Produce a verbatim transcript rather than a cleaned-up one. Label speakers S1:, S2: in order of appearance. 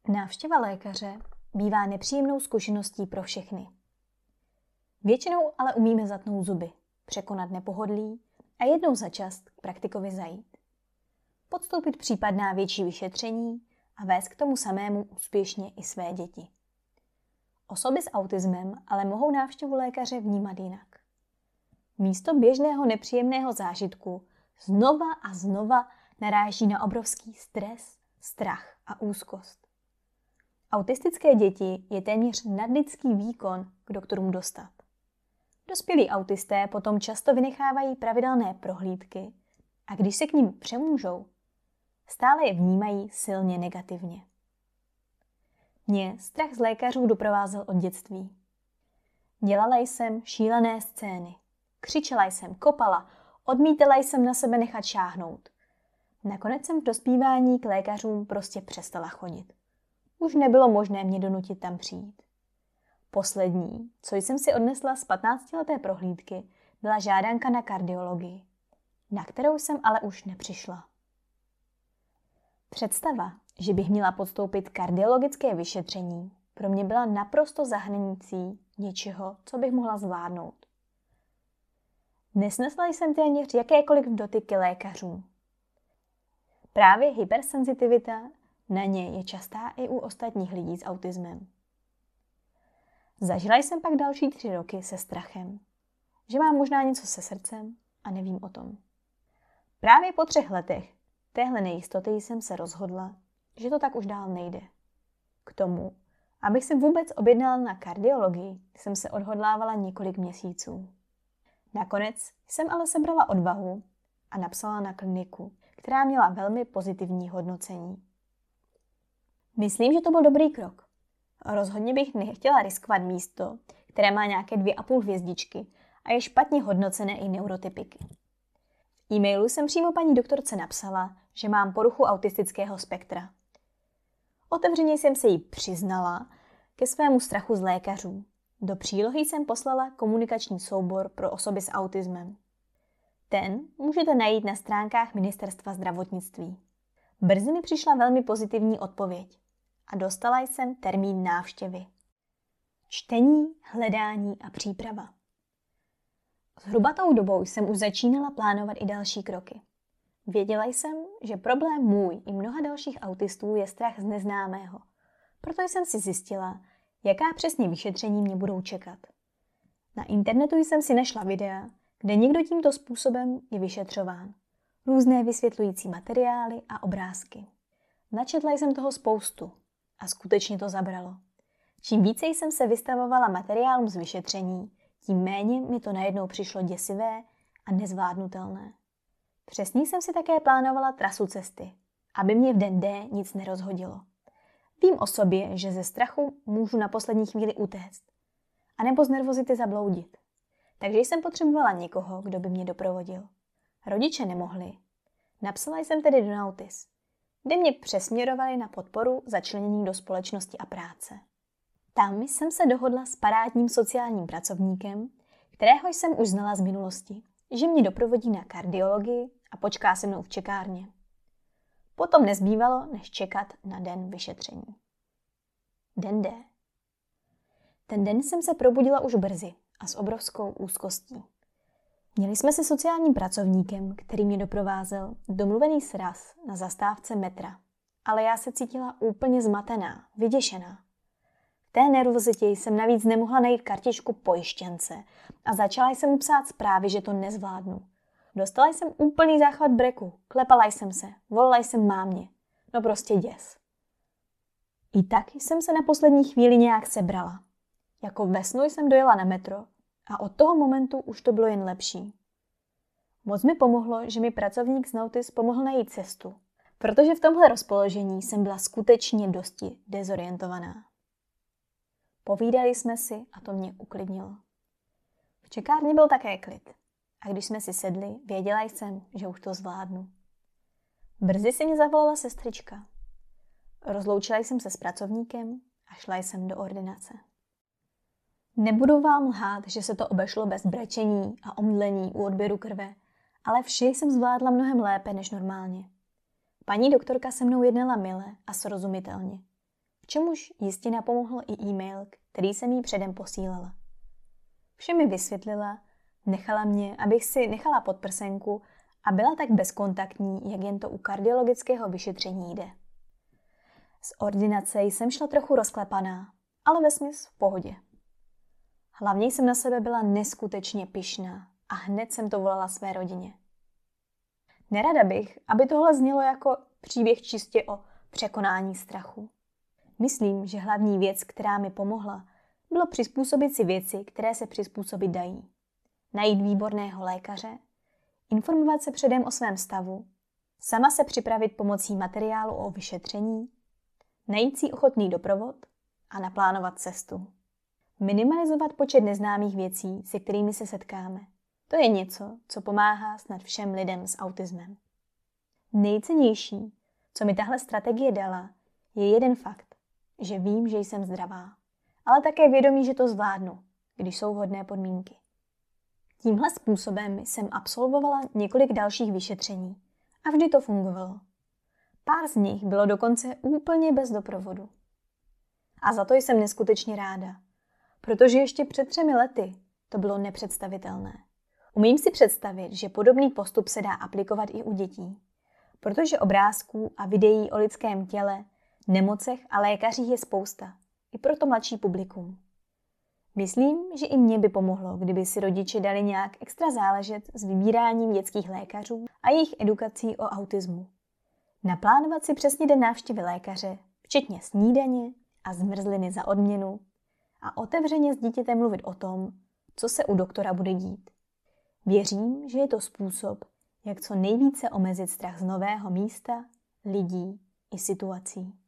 S1: Návštěva lékaře bývá nepříjemnou zkušeností pro všechny. Většinou ale umíme zatnout zuby, překonat nepohodlí a jednou za čas k praktikovi zajít. Podstoupit případná větší vyšetření a vést k tomu samému úspěšně i své děti. Osoby s autismem ale mohou návštěvu lékaře vnímat jinak. Místo běžného nepříjemného zážitku znova a znova naráží na obrovský stres, strach a úzkost. Autistické děti je téměř nadlidský výkon k doktorům dostat. Dospělí autisté potom často vynechávají pravidelné prohlídky a když se k nim přemůžou, stále je vnímají silně negativně. Mě strach z lékařů doprovázel od dětství. Dělala jsem šílené scény. Křičela jsem, kopala, odmítala jsem na sebe nechat šáhnout. Nakonec jsem v dospívání k lékařům prostě přestala chodit. Už nebylo možné mě donutit tam přijít. Poslední, co jsem si odnesla z patnáctileté prohlídky, byla žádanka na kardiologii, na kterou jsem ale už nepřišla. Představa, že bych měla podstoupit kardiologické vyšetření, pro mě byla naprosto za hranicí něčeho, co bych mohla zvládnout. Nesnesla jsem téměř jakékoliv dotyky lékařů. Právě hypersenzitivita na ně je častá i u ostatních lidí s autismem. Zažila jsem pak další tři roky se strachem, že mám možná něco se srdcem a nevím o tom. Právě po třech letech téhle nejistoty jsem se rozhodla, že to tak už dál nejde. K tomu, abych si vůbec objednala na kardiologii, jsem se odhodlávala několik měsíců. Nakonec jsem ale sebrala odvahu a napsala na kliniku, která měla velmi pozitivní hodnocení. Myslím, že to byl dobrý krok. Rozhodně bych nechtěla riskovat místo, které má nějaké dvě a půl hvězdičky a je špatně hodnocené i neurotypiky. V e-mailu jsem přímo paní doktorce napsala, že mám poruchu autistického spektra. Otevřeně jsem se jí přiznala ke svému strachu z lékařů. Do přílohy jsem poslala komunikační soubor pro osoby s autismem. Ten můžete najít na stránkách Ministerstva zdravotnictví. Brzy mi přišla velmi pozitivní odpověď a dostala jsem termín návštěvy. Čtení, hledání a příprava. Zhruba tou dobou jsem už začínala plánovat i další kroky. Věděla jsem, že problém můj i mnoha dalších autistů je strach z neznámého. Proto jsem si zjistila, jaká přesně vyšetření mě budou čekat. Na internetu jsem si našla videa, kde někdo tímto způsobem je vyšetřován. Různé vysvětlující materiály a obrázky. Načetla jsem toho spoustu a skutečně to zabralo. Čím více jsem se vystavovala materiálům z vyšetření, tím méně mi to najednou přišlo děsivé a nezvládnutelné. Přesně jsem si také plánovala trasu cesty, aby mě v den D nic nerozhodilo. Vím o sobě, že ze strachu můžu na poslední chvíli utéct, anebo z nervozity zabloudit. Takže jsem potřebovala někoho, kdo by mě doprovodil. Rodiče nemohli. Napsala jsem tedy do Nautis, kde mě přesměrovali na podporu začlenění do společnosti a práce. Tam jsem se dohodla s parádním sociálním pracovníkem, kterého jsem už znala z minulosti, že mě doprovodí na kardiologii a počká se mnou v čekárně. Potom nezbývalo, než čekat na den vyšetření. Den D. Ten den jsem se probudila už brzy a s obrovskou úzkostí. Měli jsme se sociálním pracovníkem, který mě doprovázel, domluvený sraz na zastávce metra, ale já se cítila úplně zmatená, vyděšená. V té nervozitě jsem navíc nemohla najít kartičku pojištěnce a začala jsem mu psát zprávy, že to nezvládnu. Dostala jsem úplný záchvat breku, klepala jsem se, volala jsem mámě. No prostě děs. I tak jsem se na poslední chvíli nějak sebrala. Jako ve snu jsem dojela na metro a od toho momentu už to bylo jen lepší. Moc mi pomohlo, že mi pracovník z Nautis pomohl najít cestu, protože v tomhle rozpoložení jsem byla skutečně dosti dezorientovaná. Povídali jsme si a to mě uklidnilo. V čekárně byl také klid. A když jsme si sedli, věděla jsem, že už to zvládnu. Brzy si mě zavolala sestřička. Rozloučila jsem se s pracovníkem a šla jsem do ordinace. Nebudu vám lhát, že se to obešlo bez brečení a omdlení u odběru krve, ale vše jsem zvládla mnohem lépe než normálně. Paní doktorka se mnou jednala mile a srozumitelně. k čemuž jistě napomohl i e-mail, který jsem jí předem posílala. Vše mi vysvětlila, nechala mě, abych si nechala podprsenku a byla tak bezkontaktní, jak jen to u kardiologického vyšetření jde. Z ordinace jsem šla trochu rozklepaná, ale vesměs v pohodě. Hlavně jsem na sebe byla neskutečně pyšná a hned jsem to volala své rodině. Nerada bych, aby tohle znělo jako příběh čistě o překonání strachu. Myslím, že hlavní věc, která mi pomohla, bylo přizpůsobit si věci, které se přizpůsobit dají. Najít výborného lékaře, informovat se předem o svém stavu, sama se připravit pomocí materiálu o vyšetření, najít si ochotný doprovod a naplánovat cestu. Minimalizovat počet neznámých věcí, se kterými se setkáme. To je něco, co pomáhá snad všem lidem s autismem. Nejcennější, co mi tahle strategie dala, je jeden fakt, že vím, že jsem zdravá, ale také vědomí, že to zvládnu, když jsou vhodné podmínky. Tímhle způsobem jsem absolvovala několik dalších vyšetření a vždy to fungovalo. Pár z nich bylo dokonce úplně bez doprovodu. A za to jsem neskutečně ráda, protože ještě před třemi lety to bylo nepředstavitelné. Umím si představit, že podobný postup se dá aplikovat i u dětí, protože obrázků a videí o lidském těle, nemocech a lékařích je spousta, i pro to mladší publikum. Myslím, že i mně by pomohlo, kdyby si rodiče dali nějak extra záležet s vybíráním dětských lékařů a jejich edukací o autismu. Naplánovat si přesně den návštěvy lékaře, včetně snídaně a zmrzliny za odměnu a otevřeně s dítětem mluvit o tom, co se u doktora bude dít. Věřím, že je to způsob, jak co nejvíce omezit strach z nového místa, lidí i situací.